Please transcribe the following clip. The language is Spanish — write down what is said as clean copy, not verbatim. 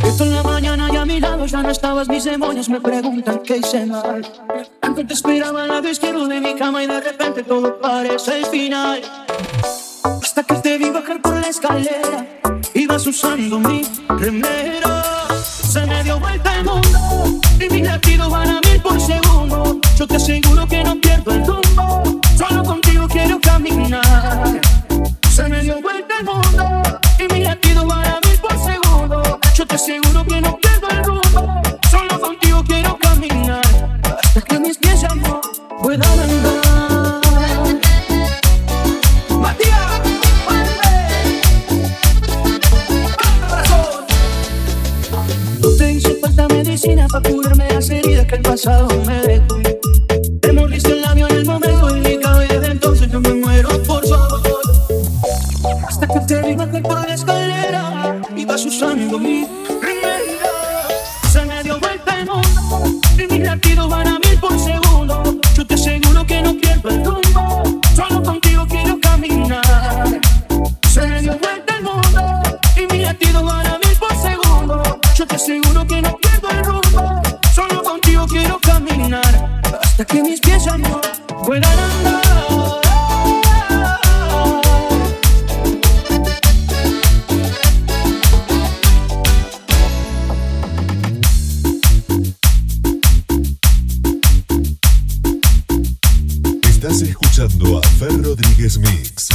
Esto en la mañana y a mi lado ya no estabas. Mis demonios me preguntan qué hice mal. Tanto te esperaba al lado izquierdo de mi cama y de repente todo parece el final. Hasta que te vi bajar por la escalera, ibas usando mi remera. Se me dio vuelta el mundo y mis latidos van a 1000 por segundo. Yo te aseguro que no pierdo el rumbo, solo contigo quiero caminar. Se me dio vuelta el mundo y mis latidos van a 1000 por segundo. Yo te aseguro que no pierdo el rumbo, solo contigo quiero caminar. Hasta que mis pies ya no puedan andar. Matías, no te hice falta medicina para curarme las heridas que el pasado me dejó. Te mordiste el labio en el momento indicado y desde entonces yo me muero por favor. Hasta que te vi bajar por la escalera, ibas usando mi remera. Se me dio vuelta el mundo y mis latidos van a 1000 por segundo. Yo te aseguro que no pierdo el rumbo, solo contigo quiero caminar. Se me dio vuelta el mundo y mis latidos van a 1000 por segundo. Yo te aseguro que no pierdo el rumbo, solo contigo quiero caminar. Hasta que mis pies ya no puedan andar. Estás escuchando a Fer Rodríguez Mix.